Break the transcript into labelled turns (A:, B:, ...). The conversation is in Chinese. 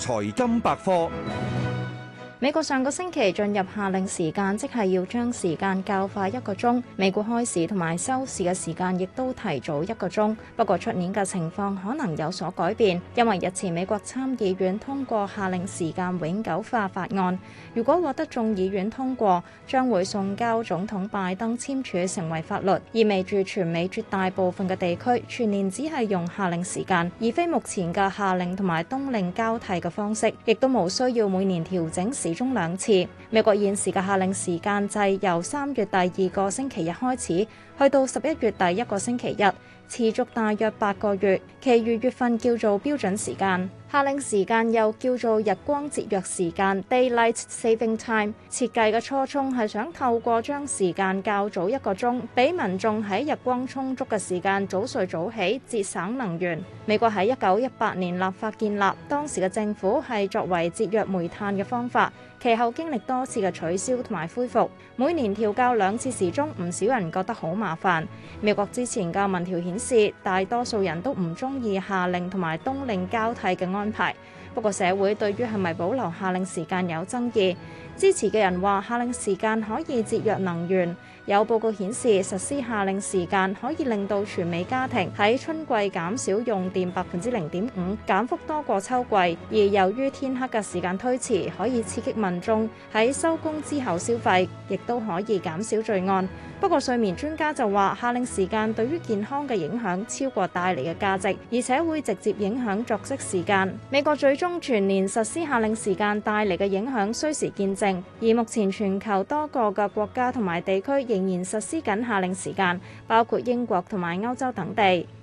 A: 財金百科。
B: 美國上個星期進入夏令時間，即係要將時間較快1個鐘。美國開市同埋收市嘅時間亦都提早1個鐘。不過出年嘅情況可能有所改變，因為日前美國參議院通過夏令時間永久化法案。如果獲得眾議院通過，將會送交總統拜登簽署成為法律，意味住全美絕大部分嘅地區全年只係用夏令時間，而非目前嘅夏令同埋冬令交替嘅方式，亦都冇需要每年調整時鐘2次。美國現時嘅夏令時間制由3月第2個星期日開始，去到11月第1個星期日，持續大約8個月，其餘月份叫做標準時間。夏令時間又叫做日光節約時間 （Daylight Saving Time）。設計嘅初衷係想透過將時間較早1個鐘，俾民眾喺日光充足嘅時間早睡早起，節省能源。美國喺1918年立法建立，當時嘅政府係作為節約煤炭嘅方法，其後經歷多次嘅取消同埋恢復，每年調校2次時鐘，唔少人覺得好麻煩。美國之前嘅民調顯示，大多數人都唔中意夏令同埋冬令交替嘅安排。不過社會對於係咪保留夏令時間有爭議，支持嘅人話夏令時間可以節約能源。有報告顯示，實施夏令時間可以令到全美家庭喺春季減少用電0.5%，減幅多過秋季。而由於天黑嘅時間推遲，可以刺激民眾喺收工之後消費，亦都可以減少罪案。不過睡眠專家就話，夏令時間對於健康嘅影響超過帶嚟嘅價值，而且會直接影響作息時間。美國最終全年實施夏令時間帶嚟嘅影響需時見證，而目前全球多個嘅國家同埋地區仍然實施緊夏令時間，包括英國同埋歐洲等地。